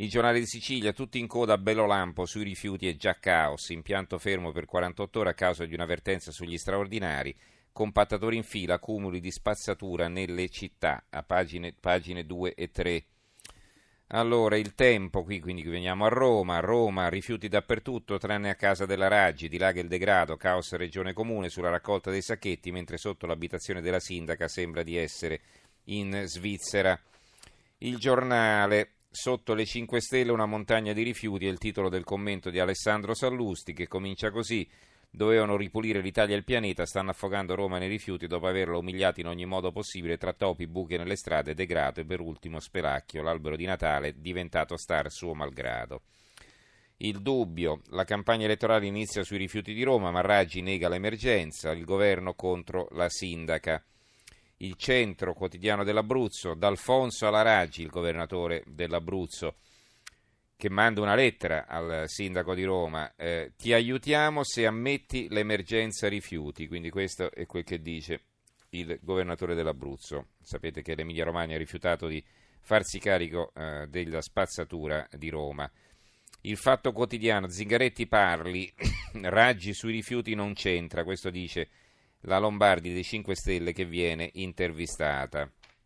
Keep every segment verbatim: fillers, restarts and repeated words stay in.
Il Giornale di Sicilia, tutti in coda a Bellolampo sui rifiuti e già caos, impianto fermo per quarantotto ore a causa di un'avvertenza sugli straordinari, compattatori in fila, accumuli di spazzatura nelle città, a pagine, pagine due e tre. Allora, il tempo, qui quindi veniamo a Roma, Roma, rifiuti dappertutto tranne a casa della Raggi, dilaga il degrado, caos regione comune sulla raccolta dei sacchetti, mentre sotto l'abitazione della sindaca sembra di essere in Svizzera. Il Giornale, sotto le cinque Stelle una montagna di rifiuti, è il titolo del commento di Alessandro Sallusti che comincia così: dovevano ripulire l'Italia e il pianeta, stanno affogando Roma nei rifiuti dopo averla umiliata in ogni modo possibile tra topi, buche nelle strade, degrado e per ultimo Spelacchio, l'albero di Natale diventato star suo malgrado. Il Dubbio, la campagna elettorale inizia sui rifiuti di Roma, ma Raggi nega l'emergenza, il governo contro la sindaca. Il Centro, quotidiano dell'Abruzzo, D'Alfonso alla Raggi, il governatore dell'Abruzzo, che manda una lettera al sindaco di Roma, eh, ti aiutiamo se ammetti l'emergenza rifiuti, quindi questo è quel che dice il governatore dell'Abruzzo. Sapete che l'Emilia Romagna ha rifiutato di farsi carico eh, della spazzatura di Roma. Il Fatto Quotidiano, Zingaretti parli, Raggi sui rifiuti non c'entra, questo dice la Lombardi dei cinque Stelle che viene intervistata.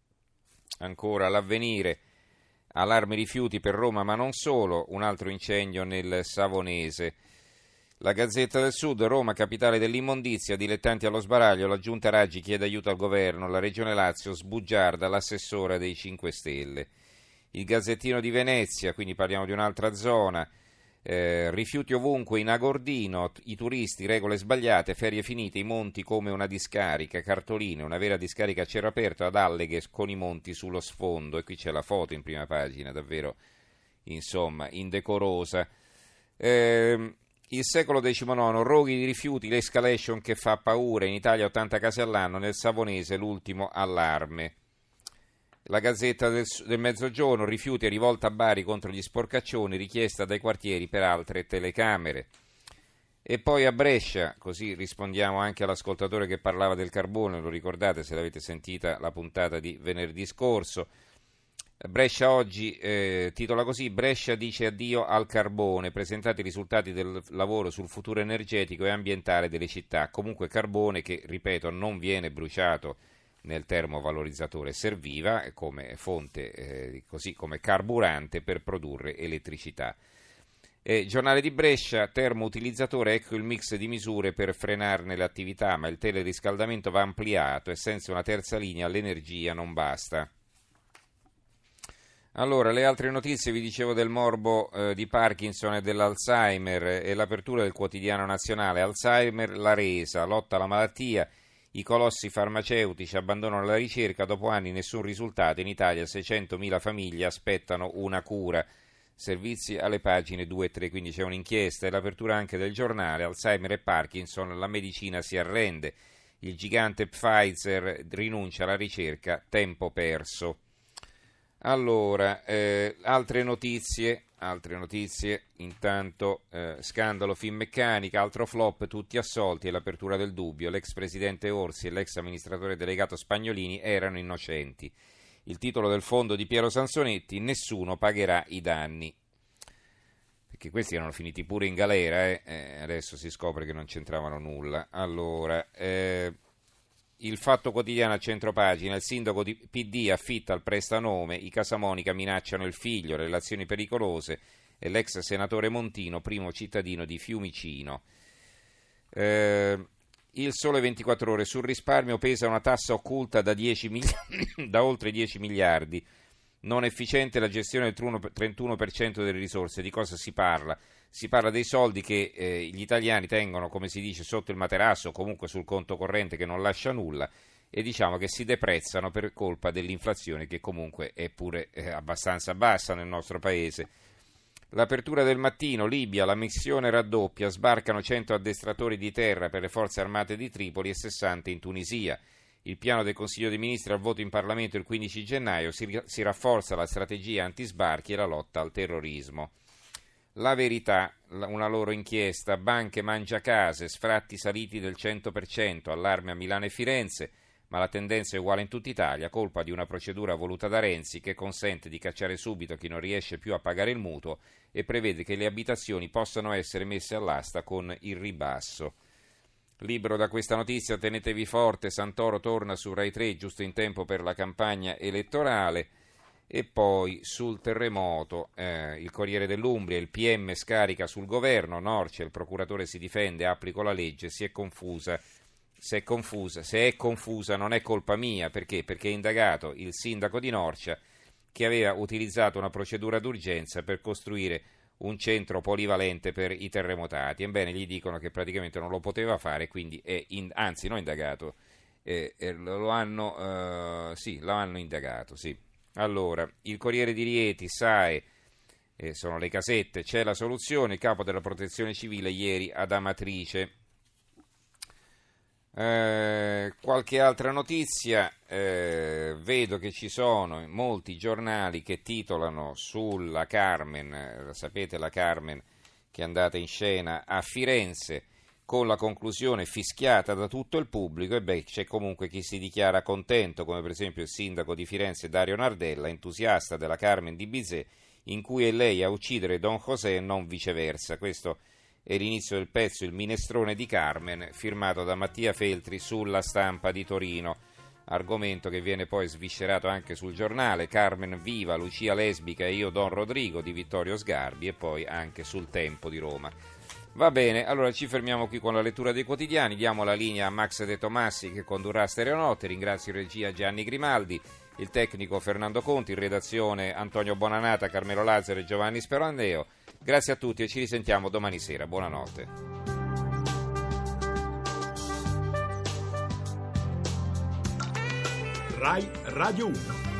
Ancora l'Avvenire, allarme rifiuti per Roma ma non solo, un altro incendio nel Savonese. La Gazzetta del Sud, Roma capitale dell'immondizia, dilettanti allo sbaraglio, la giunta Raggi chiede aiuto al governo, la regione Lazio sbugiarda l'assessora dei cinque Stelle. Il Gazzettino di Venezia, quindi parliamo di un'altra zona, eh, rifiuti ovunque in Agordino, i turisti, regole sbagliate, ferie finite, i monti come una discarica, cartoline, una vera discarica a cielo aperto ad Alleghe con i monti sullo sfondo, e qui c'è la foto in prima pagina, davvero, insomma, indecorosa. Eh, il Secolo diciannove, roghi di rifiuti, l'escalation che fa paura, in Italia ottanta casi all'anno, nel Savonese l'ultimo allarme. La Gazzetta del, del Mezzogiorno, rifiuti e rivolta a Bari contro gli sporcaccioni, richiesta dai quartieri per altre telecamere. E poi a Brescia, così rispondiamo anche all'ascoltatore che parlava del carbone, lo ricordate se l'avete sentita la puntata di venerdì scorso. Brescia oggi eh, titola così: Brescia dice addio al carbone, presentati i risultati del lavoro sul futuro energetico e ambientale delle città. Comunque carbone che, ripeto, non viene bruciato nel termovalorizzatore, serviva come fonte, eh, così come carburante per produrre elettricità. Eh, Giornale di Brescia, termoutilizzatore, ecco il mix di misure per frenarne l'attività, ma il teleriscaldamento va ampliato e senza una terza linea l'energia non basta. Allora, le altre notizie, vi dicevo del morbo eh, di Parkinson e dell'Alzheimer e l'apertura del quotidiano nazionale. Alzheimer, la resa, lotta alla malattia. I colossi farmaceutici abbandonano la ricerca, dopo anni nessun risultato, in Italia seicentomila famiglie aspettano una cura. Servizi alle pagine due e tre, quindi c'è un'inchiesta e l'apertura anche del giornale. Alzheimer e Parkinson, la medicina si arrende. Il gigante Pfizer rinuncia alla ricerca, tempo perso. Allora, eh, altre notizie, altre notizie, intanto eh, scandalo Finmeccanica, altro flop, tutti assolti e l'apertura del dubbio, l'ex presidente Orsi e l'ex amministratore delegato Spagnolini erano innocenti. Il titolo del fondo di Piero Sansonetti, nessuno pagherà i danni. Perché questi erano finiti pure in galera, eh? Eh, adesso si scopre che non c'entravano nulla. Allora, eh, il Fatto Quotidiano a centropagina, il sindaco di P D affitta al prestanome, i Casamonica minacciano il figlio, relazioni pericolose e l'ex senatore Montino, primo cittadino di Fiumicino. Eh, il Sole ventiquattro Ore, sul risparmio pesa una tassa occulta da, dieci miliardi, da oltre dieci miliardi. Non efficiente la gestione del trentuno per cento delle risorse. Di cosa si parla? Si parla dei soldi che eh, gli italiani tengono, come si dice, sotto il materasso o comunque sul conto corrente che non lascia nulla, e diciamo che si deprezzano per colpa dell'inflazione che comunque è pure eh, abbastanza bassa nel nostro paese. L'apertura del Mattino, Libia, la missione raddoppia, sbarcano cento addestratori di terra per le forze armate di Tripoli e sessanta in Tunisia. Il piano del Consiglio dei Ministri al voto in Parlamento il quindici gennaio, si, si rafforza la strategia antisbarchi e la lotta al terrorismo. La Verità, una loro inchiesta, banche mangiacase, sfratti saliti del cento per cento, allarme a Milano e Firenze, ma la tendenza è uguale in tutta Italia, colpa di una procedura voluta da Renzi che consente di cacciare subito chi non riesce più a pagare il mutuo e prevede che le abitazioni possano essere messe all'asta con il ribasso. Libero da questa notizia, tenetevi forte, Santoro torna su Rai tre giusto in tempo per la campagna elettorale. E poi sul terremoto, eh, il Corriere dell'Umbria, il P M scarica sul governo, Norcia, il procuratore si difende, applico la legge, si è confusa, se è confusa, se è confusa non è colpa mia, perché? Perché è indagato il sindaco di Norcia che aveva utilizzato una procedura d'urgenza per costruire un centro polivalente per i terremotati, ebbene gli dicono che praticamente non lo poteva fare, quindi è in, anzi non indagato, eh, eh, lo hanno, eh, sì, lo hanno indagato, sì. Allora, il Corriere di Rieti, S A E, eh, sono le casette, c'è la soluzione, il capo della protezione civile ieri ad Amatrice. Eh, qualche altra notizia, eh, vedo che ci sono molti giornali che titolano sulla Carmen, eh, sapete la Carmen che è andata in scena a Firenze, con la conclusione fischiata da tutto il pubblico, e beh, c'è comunque chi si dichiara contento, come per esempio il sindaco di Firenze Dario Nardella, entusiasta della Carmen di Bizet, in cui è lei a uccidere Don José e non viceversa. Questo è l'inizio del pezzo Il minestrone di Carmen, firmato da Mattia Feltri sulla Stampa di Torino, argomento che viene poi sviscerato anche sul giornale, Carmen viva, Lucia lesbica e io Don Rodrigo di Vittorio Sgarbi, e poi anche sul Tempo di Roma. Va bene, allora ci fermiamo qui con la lettura dei quotidiani, diamo la linea a Max De Tomassi che condurrà Stereonotte, ringrazio in regia Gianni Grimaldi, il tecnico Fernando Conti, in redazione Antonio Bonanata, Carmelo Lazzaro e Giovanni Sperandeo. Grazie a tutti e ci risentiamo domani sera, buonanotte. Rai Radio uno.